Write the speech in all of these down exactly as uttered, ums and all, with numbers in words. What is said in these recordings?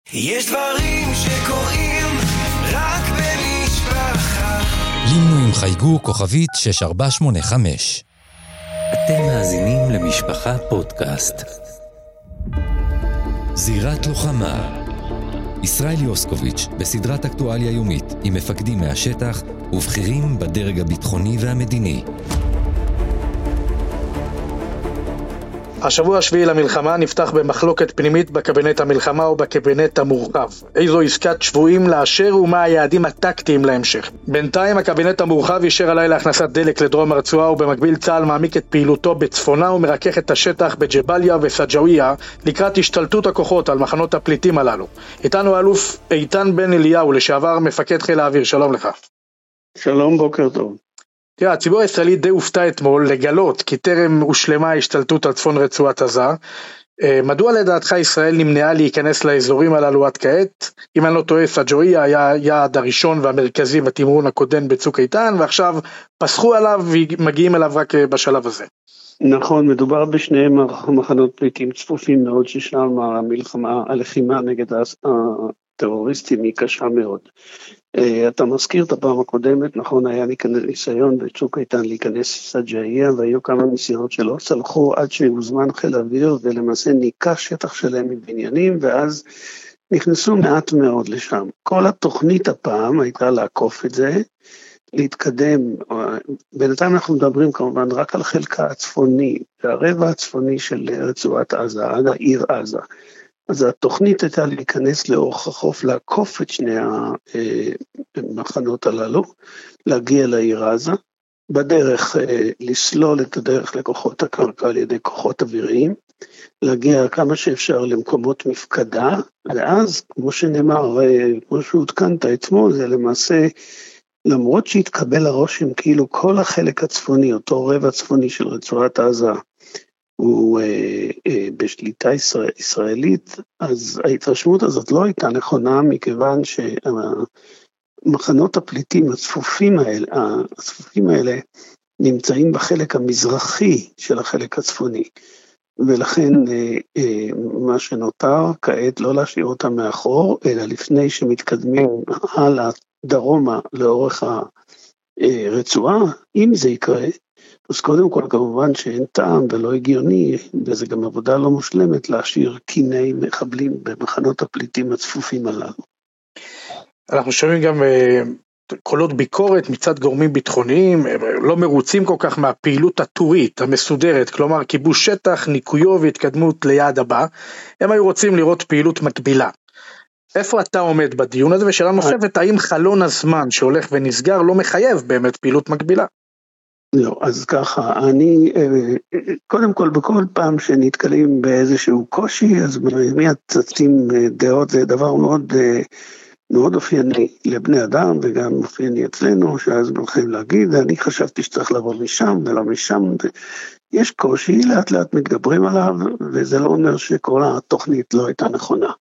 יש דברים שקורים רק במשפחה. לימנו עם חייגו כוכבית שש ארבע שמונה חמש. אתם מאזינים למשפחה פודקאסט. זירת לוחמה. ישראל יוסקוביץ' בסדרת אקטואליה יומית עם מפקדים מהשטח ובכירים בדרג הביטחוני והמדיני. השבוע השביעי למלחמה נפתח במחלוקת פנימית בקבינט המלחמה ובקבינט המורחב. איזו עסקת שבויים לאשר ומה היעדים הטקטיים להמשך. בינתיים הקבינט המורחב אישר הלילה הכנסת דלק לדרום הרצועה, ובמקביל צה"ל מעמיק את פעילותו בצפונה ומרכך את השטח בג'באליה וסג'אוויה לקראת השתלטות הכוחות על מחנות הפליטים הללו. איתנו אלוף איתן בן אליהו, לשעבר מפקד חיל האוויר. שלום לך. שלום, בוקר טוב. תראה, הציבור הישראלי די הופתע אתמול לגלות כי טרם הושלמה ההשתלטות על צפון רצועת עזה. מדוע לדעתך ישראל נמנעה להיכנס לאזורים הללו עד כעת? אם אני לא טועה, סג'אוויה היה יעד הראשון והמרכזי בתמרון הקודם בצוק איתן, ועכשיו פסחו עליו ומגיעים אליו רק בשלב הזה. נכון, מדובר בשני מחנות פליטים צפופים מאוד, ששם המלחמה, הלחימה נגד הטרוריסטים היא קשה מאוד. אתה מזכיר את הפעם הקודמת, נכון, היה ניסיון בצוק איתן להיכנס לסג'אוויה, והיו כמה ניסיונות שלא צלחו עד שהוזמן חיל האוויר, ולמעשה ניקה שטח שלהם מבניינים, ואז נכנסו מעט מאוד לשם. כל התוכנית הפעם הייתה לעקוף את זה, להתקדם. בינתיים אנחנו מדברים כמובן רק על חלקה הצפוני, הרבע הצפוני של רצועת עזה, עד העיר עזה. אז התוכנית הייתה להיכנס לאורך החוף, לעקוף את שני המחנות הללו, להגיע לעיר עזה, בדרך לסלול את הדרך לכוחות הקרקע על ידי כוחות אוויריים, להגיע כמה שאפשר למקומות מפקדה, ואז כמו שנאמר, כמו שהותקנת אתמול, זה למעשה, למרות שהתקבל הרושם כאילו כל החלק הצפוני, אותו רבע צפוני של רצועת עזה, הוא אה, אה, בשליטה ישראל, ישראלית, אז ההתרשמות הזאת לא הייתה נכונה, מכיוון שהמחנות הפליטים הצפופים האלה, הצפופים האלה נמצאים בחלק המזרחי של החלק הצפוני, ולכן אה, אה, מה שנותר כעת לא להשאיר אותם מאחור, אלא לפני שמתקדמים הלאה דרומה לאורך הרצועה, אם זה יקרה, אז קודם כל כמובן שאין טעם ולא הגיוני, וזה גם עבודה לא מושלמת, להשאיר קיני מחבלים במחנות הפליטים הצפופים הללו. אנחנו שומעים גם uh, קולות ביקורת מצד גורמים ביטחוניים, לא מרוצים כל כך מהפעילות הטורית המסודרת, כלומר כיבוש שטח, ניקויו והתקדמות ליעד הבא. הם היו רוצים לראות פעילות מקבילה. איפה אתה עומד בדיון הזה? ושאלה נוספת, האם חלון הזמן שהולך ונסגר לא מחייב באמת פעילות מקבילה? לא, אז ככה, אני, קודם כל, בכל פעם שנתקלים באיזשהו קושי, אז מיד צצים דעות, זה דבר מאוד, מאוד אופייני לבני אדם, וגם אופייני אצלנו, שאז הולכים להגיד, אני חשבתי שצריך לעבור משם, ולא משם, יש קושי, לאט לאט מתגברים עליו, וזה לא אומר שכל התוכנית לא הייתה נכונה.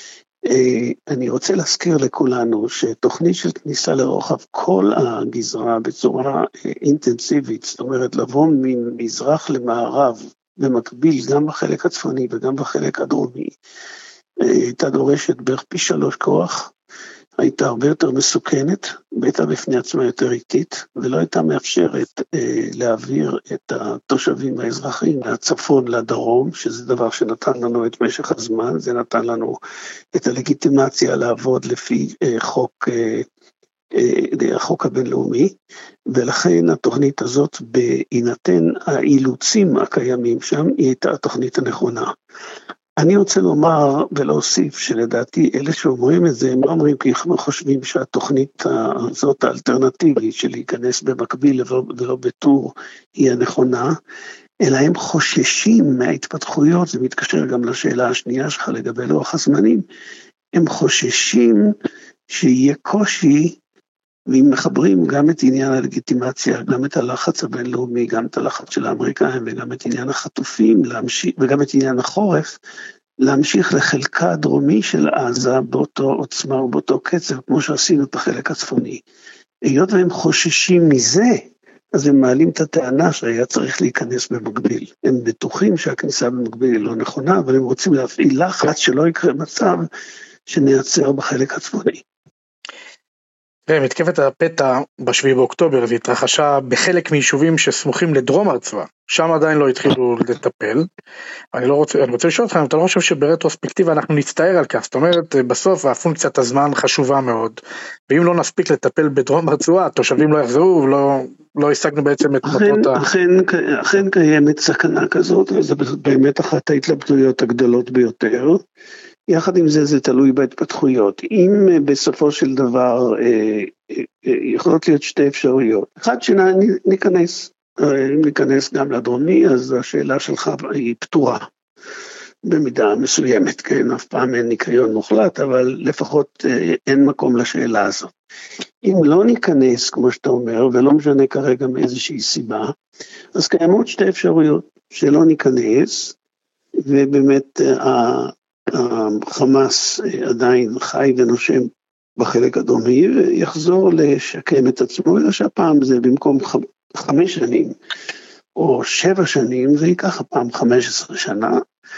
אני רוצה להזכיר לכולנו שתוכנית של כניסה לרוחב כל הגזרה בצורה אינטנסיבית, זאת אומרת לבוא ממזרח למערב במקביל גם בחלק הצפוני וגם בחלק הדרומי, הייתה דורשת בערך פי שלוש כוח, הייתה הרבה יותר מסוכנת, הייתה בפני עצמה יותר איטית, ולא הייתה מאפשרת אה, להעביר את התושבים האזרחיים מהצפון לדרום, שזה דבר שנתן לנו את משך הזמן, זה נתן לנו את הלגיטימציה לעבוד לפי אה, חוק, אה, אה, החוק הבינלאומי, ולכן התוכנית הזאת, בהינתן האילוצים הקיימים שם, היא הייתה התוכנית הנכונה. אני רוצה לומר ולהוסיף שלדעתי אלה שאומרים את זה, הם לא אומרים כי הם חושבים שהתוכנית הזאת האלטרנטיבית של להיכנס במקביל ולא בטור היא הנכונה, אלא הם חוששים מההתפתחויות, זה מתקשר גם לשאלה השנייה שלך לגבי לוח הזמנים, הם חוששים שיהיה קושי, ואם מחברים גם את עניין הלגיטימציה, גם את הלחץ הבינלאומי, גם את הלחץ של האמריקאים, וגם את עניין החטופים, להמשיך, וגם את עניין החורף, להמשיך לחלקה הדרומי של עזה באותו עוצמה ובאותו קצב, כמו שעשינו את החלק הצפוני. היות והם חוששים מזה, אז הם מעלים את הטענה שהיה צריך להיכנס במקביל. הם בטוחים שהכניסה במקביל היא לא נכונה, אבל הם רוצים להפעיל לחץ שלא יקרה מצב שנייצר בחלק הצפוני. מתקפת הפתע בשביעי באוקטובר, זה התרחשה בחלק מיישובים שסמוכים לדרום הרצועה, שם עדיין לא התחילו לטפל. אני לא רוצה, אני רוצה לשאול אותך, אתה לא חושב שברטרוספקטיבה אנחנו נצטער על כך? זאת אומרת, בסוף הפונקציית הזמן חשובה מאוד, ואם לא נספיק לטפל בדרום הרצועה, התושבים לא יחזרו, ולא לא השגנו בעצם את מטרות ה... אכן, אכן קיימת סכנה כזאת, וזה באמת אחת ההתלבטויות הגדולות ביותר. יחד עם זה, זה תלוי בהתפתחויות. אם בסופו של דבר אה, אה, יכולות להיות שתי אפשרויות. אחד שנה ניכנס, אה, אם ניכנס גם לדרומי, אז השאלה שלך היא פתורה, במידה מסוימת, כן? אף פעם אין ניקיון מוחלט, אבל לפחות אה, אין מקום לשאלה הזאת. אם לא ניכנס, כמו שאתה אומר, ולא משנה כרגע מאיזושהי סיבה, אז קיימות שתי אפשרויות, שלא ניכנס, ובאמת אה, החמאס עדיין חי ונושם בחלק הדרומי, ויחזור לשקם את עצמו, אלא שהפעם זה במקום חמש שנים, או שבע שנים, זה ייקח הפעם חמש עשרה שנה,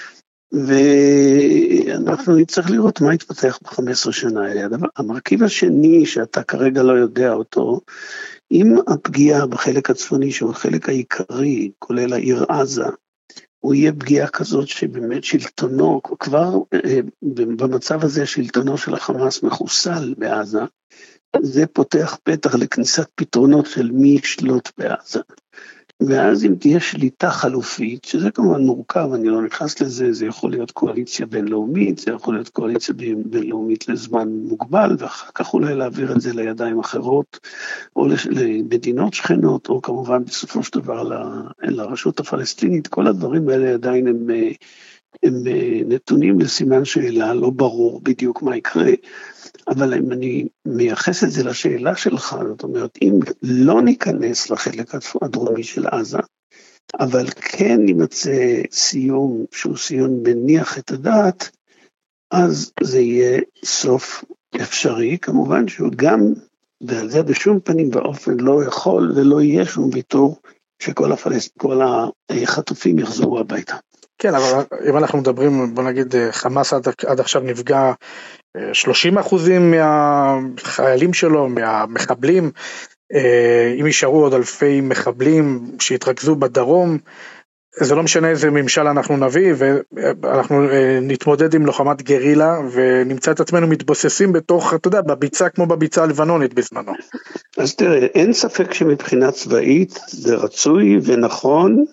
ואנחנו נצטרך לראות מה יתפתח ב-חמש עשרה שנה האלה. המרכיב השני שאתה כרגע לא יודע אותו, אם הפגיעה בחלק הצפוני, שהוא החלק העיקרי, כולל העיר עזה, הוא יהיה פגיעה כזאת שבאמת שלטונו, כבר במצב הזה שלטונו של החמאס מחוסל בעזה, זה פותח פתח לכניסת פתרונות של מי ישלוט בעזה. ואז אם תהיה שליטה חלופית, שזה כמובן מורכב, אני לא נכנס לזה, זה יכול להיות קואליציה בינלאומית, זה יכול להיות קואליציה בינלאומית לזמן מוגבל, ואחר כך אולי להעביר את זה לידיים אחרות, או למדינות שכנות, או כמובן בסופו של דבר לרשות הפלסטינית, כל הדברים האלה עדיין הם, הם נתונים לסימן שאלה, לא ברור בדיוק מה יקרה, אבל אם אני מייחס את זה לשאלה שלך, זאת אומרת, אם לא ניכנס לחלק הדרומי של עזה, אבל כן נימצא סיום, שהוא סיום מניח את הדעת, אז זה יהיה סוף אפשרי, כמובן שהוא גם, ועל זה בשום פנים באופן לא יכול ולא יהיה שום ויתור, שכל הפלסט, כל החטופים יחזרו הביתה. כן, אבל אם אנחנו מדברים, בוא נגיד, חמאס עד, עד עכשיו נפגע שלושים אחוזים מהחיילים שלו, מהמחבלים, אם יישארו עוד אלפי מחבלים שהתרכזו בדרום, זה לא משנה איזה ממשל אנחנו נביא, ואנחנו נתמודד עם לוחמת גרילה, ונמצא את עצמנו מתבוססים בתוך, אתה יודע, בביצה כמו בביצה הלבנונית בזמנו. אז תראה, אין ספק שמבחינה צבאית זה רצוי ונכון,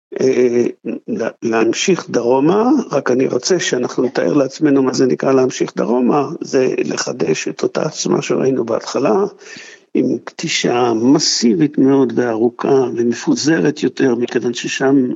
להמשיך דרומה, רק אני רוצה שאנחנו נתאר לעצמנו מה זה נקרא להמשיך דרומה, זה לחדש את אותה עצמה שראינו בהתחלה, עם קטישה מסיבית מאוד וארוכה ומפוזרת יותר, מכיוון ששם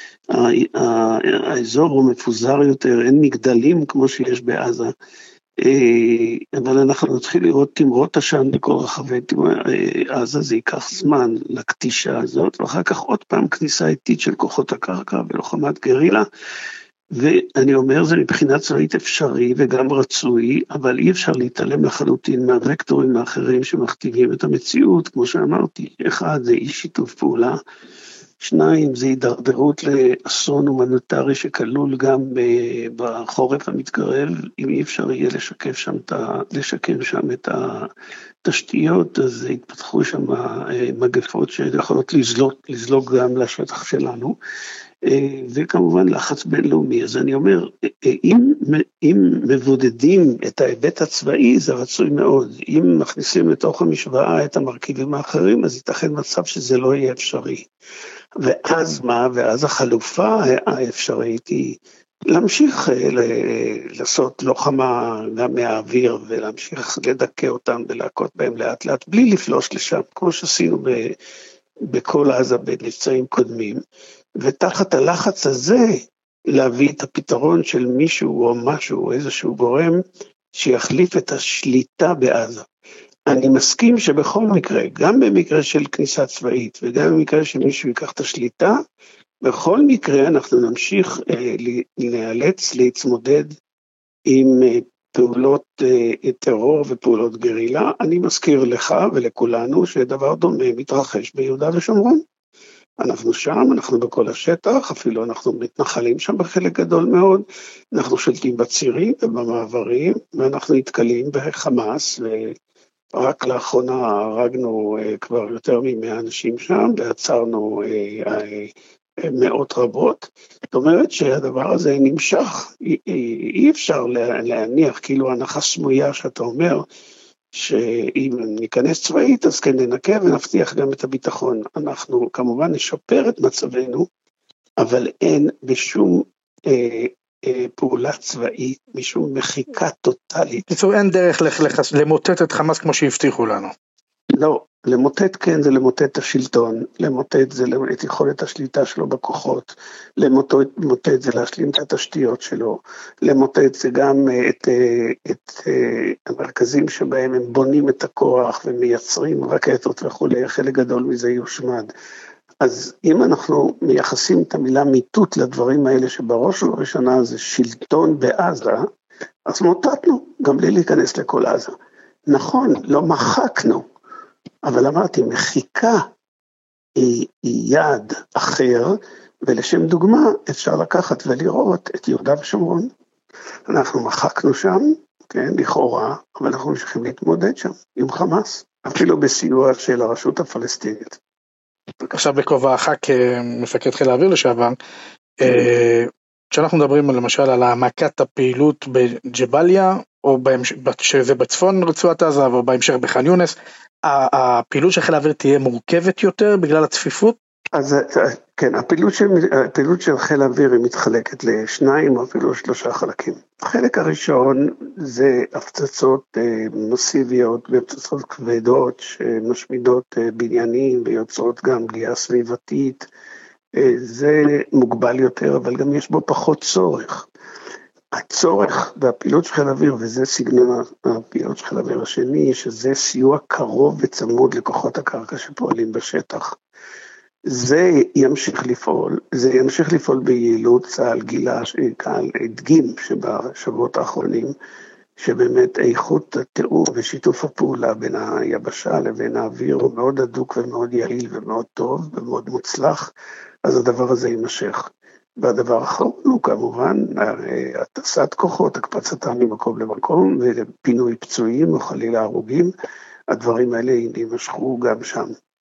האזור הוא מפוזר יותר, אין מגדלים כמו שיש בעזה, אבל אנחנו נתחיל לראות תמרות עשן בכל רחבי עזה, זה ייקח זמן לקטישה הזאת, ואחר כך עוד פעם כניסה איטית של כוחות הקרקע ולוחמת גרילה, ואני אומר זה מבחינה צבאית אפשרי וגם רצוי, אבל אי אפשר להתעלם לחלוטין מהווקטורים האחרים שמכתיבים את המציאות, כמו שאמרתי, אחד זה אי שיתוף פעולה, שניים, זה הידרדרות לאסון הומניטרי שכלול גם בחורף המתקרב, אם אי אפשר יהיה לשקם שם, לשקם שם את התשתיות, אז יתפתחו שם מגפות שיכולות לזלוג, לזלוג גם לשטח שלנו, וכמובן לחץ בינלאומי. אז אני אומר, אם, אם מבודדים את ההיבט הצבאי, זה רצוי מאוד. אם מכניסים לתוך המשוואה את המרכיבים האחרים, אז ייתכן מצב שזה לא יהיה אפשרי. ואז מה? ואז החלופה האפשרית היא להמשיך לעשות לוחמה גם מהאוויר, ולהמשיך לדכא אותם ולהכות בהם לאט לאט, בלי לפלוש לשם, כמו שעשינו בכל עזה במבצעים קודמים. ותחת הלחץ הזה, להביא את הפתרון של מישהו או משהו, או איזשהו גורם, שיחליף את השליטה בעזה. אני מסכים שבכל מקרה, גם במקרה של כניסה צבאית, וגם במקרה שמישהו ייקח את השליטה, בכל מקרה אנחנו נמשיך אה, להיאלץ להתמודד עם אה, פעולות אה, טרור ופעולות גרילה. אני מזכיר לך ולכולנו שדבר דומה מתרחש ביהודה ושומרון. אנחנו שם, אנחנו בכל השטח, אפילו אנחנו מתנחלים שם בחלק גדול מאוד, אנחנו שולטים בצירים ובמעברים, ואנחנו נתקלים בחמאס, ורק לאחרונה הרגנו כבר יותר ממאה אנשים שם, ועצרנו מאות רבות. זאת אומרת שהדבר הזה נמשך, אי אפשר להניח, כאילו הנחה סמויה שאתה אומר, שאם ניכנס צבאית, אז כן ננקה ונבטיח גם את הביטחון. אנחנו כמובן נשפר את מצבנו, אבל אין בשום אה, אה, פעולה צבאית, משום מחיקה טוטלית. בקיצור, אין דרך לחס... למוטט את חמאס כמו שהבטיחו לנו. לא, למוטט כן זה למוטט את השלטון, למוטט זה את יכולת השליטה שלו בכוחות, למוטט זה להשלים את התשתיות שלו, למוטט זה גם את, את, את המרכזים שבהם הם בונים את הכוח ומייצרים רקטות וכו', חלק גדול מזה יושמד. אז אם אנחנו מייחסים את המילה מיטוט לדברים האלה שבראש ובראשונה זה שלטון בעזה, אז מוטטנו גם בלי להיכנס לכל עזה. נכון, לא מחקנו. אבל אמרתי, מחיקה היא, היא יעד אחר, ולשם דוגמה אפשר לקחת ולראות את יהודה ושומרון. אנחנו מחקנו שם, כן, לכאורה, אבל אנחנו ממשיכים להתמודד שם עם חמאס, אפילו בסיוע של הרשות הפלסטינית. עכשיו בכובעך כמפקד חיל האוויר לשעבר, כשאנחנו מדברים למשל על העמקת הפעילות בג'באליה, או שזה בצפון רצועת עזה, או בהמשך בח'אן יונס, הפעילות של חיל האוויר תהיה מורכבת יותר בגלל הצפיפות? אז כן, הפעילות של, הפעילות של חיל האוויר היא מתחלקת לשניים או אפילו שלושה חלקים. החלק הראשון זה הפצצות מסיביות והפצצות כבדות שמשמידות בניינים ויוצרות גם פגיעה סביבתית. זה מוגבל יותר, אבל גם יש בו פחות צורך. הצורך והפעילות של חיל האוויר, וזה סגנון הפעילות של חיל האוויר השני, שזה סיוע קרוב וצמוד לכוחות הקרקע שפועלים בשטח. זה ימשיך לפעול, זה ימשיך לפעול ביעילות. צה"ל גילה, קהל הדגים שבשבועות האחרונים, שבאמת איכות התיאור ושיתוף הפעולה בין היבשה לבין האוויר הוא מאוד הדוק ומאוד יעיל ומאוד טוב ומאוד מוצלח, אז הדבר הזה יימשך. והדבר האחרון הוא כמובן הטסת כוחות, הקפצתם ממקום למקום ופינוי פצועים או חלילה הרוגים, הדברים האלה יימשכו גם שם.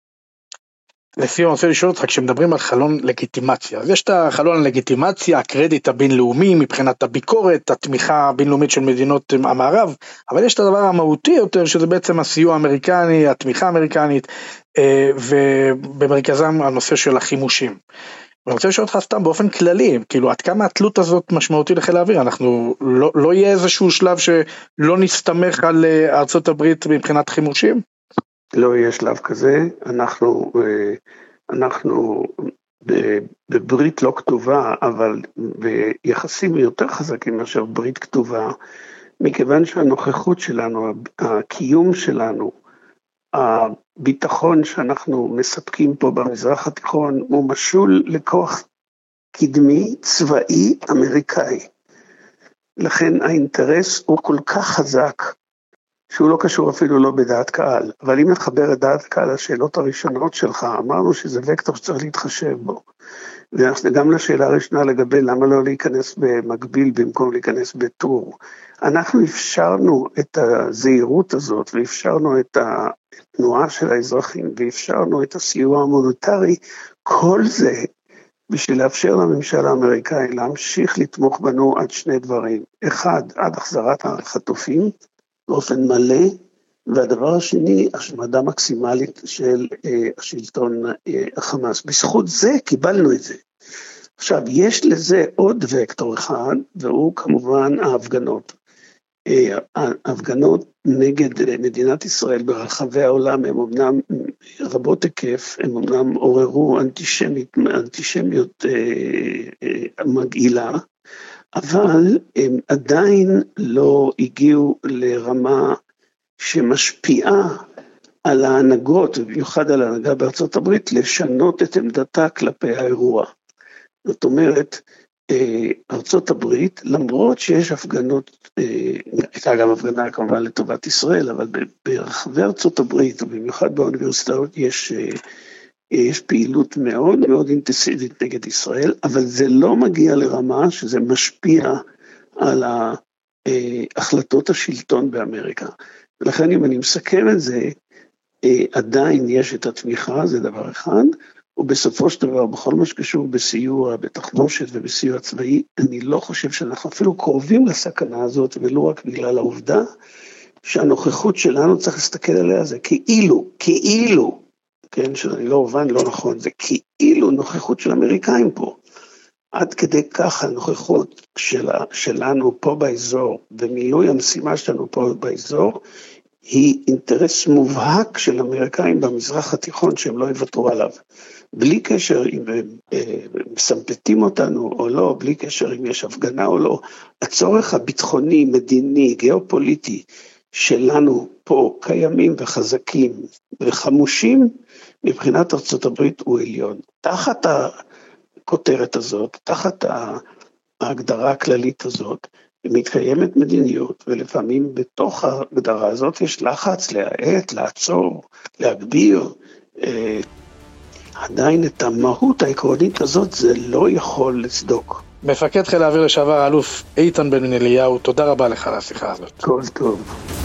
לסיום, אני רוצה לשאול אותך, כשמדברים על חלון לגיטימציה, אז יש את החלון הלגיטימציה, הקרדיט הבינלאומי מבחינת הביקורת, התמיכה הבינלאומית של מדינות המערב, אבל יש את הדבר המהותי יותר, שזה בעצם הסיוע האמריקני, התמיכה האמריקנית, ובמרכזם הנושא של החימושים. ואני רוצה לשאול אותך סתם באופן כללי, כאילו עד כמה התלות הזאת משמעותית לחיל האוויר, אנחנו לא, לא יהיה איזשהו שלב שלא נסתמך על ארצות הברית מבחינת חימושים? לא יהיה שלב כזה, אנחנו, אנחנו בברית לא כתובה, אבל ביחסים יותר חזקים מאשר ברית כתובה, מכיוון שהנוכחות שלנו, הקיום שלנו, הביטחון שאנחנו מספקים פה במזרח התיכון, הוא משול לכוח קדמי צבאי אמריקאי. לכן האינטרס הוא כל כך חזק, שהוא לא קשור אפילו לא בדעת קהל. אבל אם נחבר את דעת קהל לשאלות הראשונות שלך, אמרנו שזה וקטור שצריך להתחשב בו. וגם לשאלה הראשונה לגבי למה לא להיכנס במקביל במקום להיכנס בטור. אנחנו אפשרנו את הזהירות הזאת, ואפשרנו את התנועה של האזרחים, ואפשרנו את הסיוע המוניטרי, כל זה בשביל לאפשר לממשל האמריקאי להמשיך לתמוך בנו עד שני דברים. אחד, עד החזרת החטופים, באופן מלא, והדבר השני, השמדה מקסימלית של אה, השלטון אה, החמאס. בזכות זה קיבלנו את זה. עכשיו, יש לזה עוד וקטור אחד, והוא כמובן ההפגנות. אה, ההפגנות נגד מדינת ישראל ברחבי העולם, הם אמנם רבות היקף, הם אמנם עוררו אנטישמיות, אנטישמיות אה, אה, מגעילה, אבל הם עדיין לא הגיעו לרמה שמשפיעה על ההנהגות, במיוחד על ההנהגה בארצות הברית, לשנות את עמדתה כלפי האירוע. זאת אומרת, ארצות הברית, למרות שיש הפגנות, הייתה גם הפגנה כמובן לטובת ישראל, אבל ברחבי ארצות הברית, ובמיוחד באוניברסיטאות, יש יש פעילות מאוד מאוד אינטנסיבית נגד ישראל, אבל זה לא מגיע לרמה שזה משפיע על החלטות השלטון באמריקה. ולכן אם אני מסכם את זה, עדיין יש את התמיכה, זה דבר אחד, ובסופו של דבר, בכל מה שקשור בסיוע, בתחמושת ובסיוע צבאי, אני לא חושב שאנחנו אפילו קרובים לסכנה הזאת, ולא רק בגלל העובדה, שהנוכחות שלנו צריך להסתכל עליה, זה כאילו, כאילו, כן, שאני לא הובן, לא נכון, זה כאילו נוכחות של אמריקאים פה, עד כדי כך הנוכחות של, שלנו פה באזור, ומילוי המשימה שלנו פה באזור, היא אינטרס מובהק של אמריקאים במזרח התיכון שהם לא יוותרו עליו. בלי קשר אם הם מסמפטים אותנו או לא, בלי קשר אם יש הפגנה או לא, הצורך הביטחוני, מדיני, גיאופוליטי שלנו פה קיימים וחזקים וחמושים, מבחינת ארצות הברית הוא עליון. תחת הכותרת הזאת, תחת ההגדרה הכללית הזאת, מתקיימת מדיניות, ולפעמים בתוך ההגדרה הזאת יש לחץ להאט, לעצור, להגביר. אה, עדיין את המהות העקרונית הזאת זה לא יכול לצדוק. מפקד חיל האוויר לשעבר האלוף איתן בן אליהו, תודה רבה לך על השיחה הזאת. כל טוב.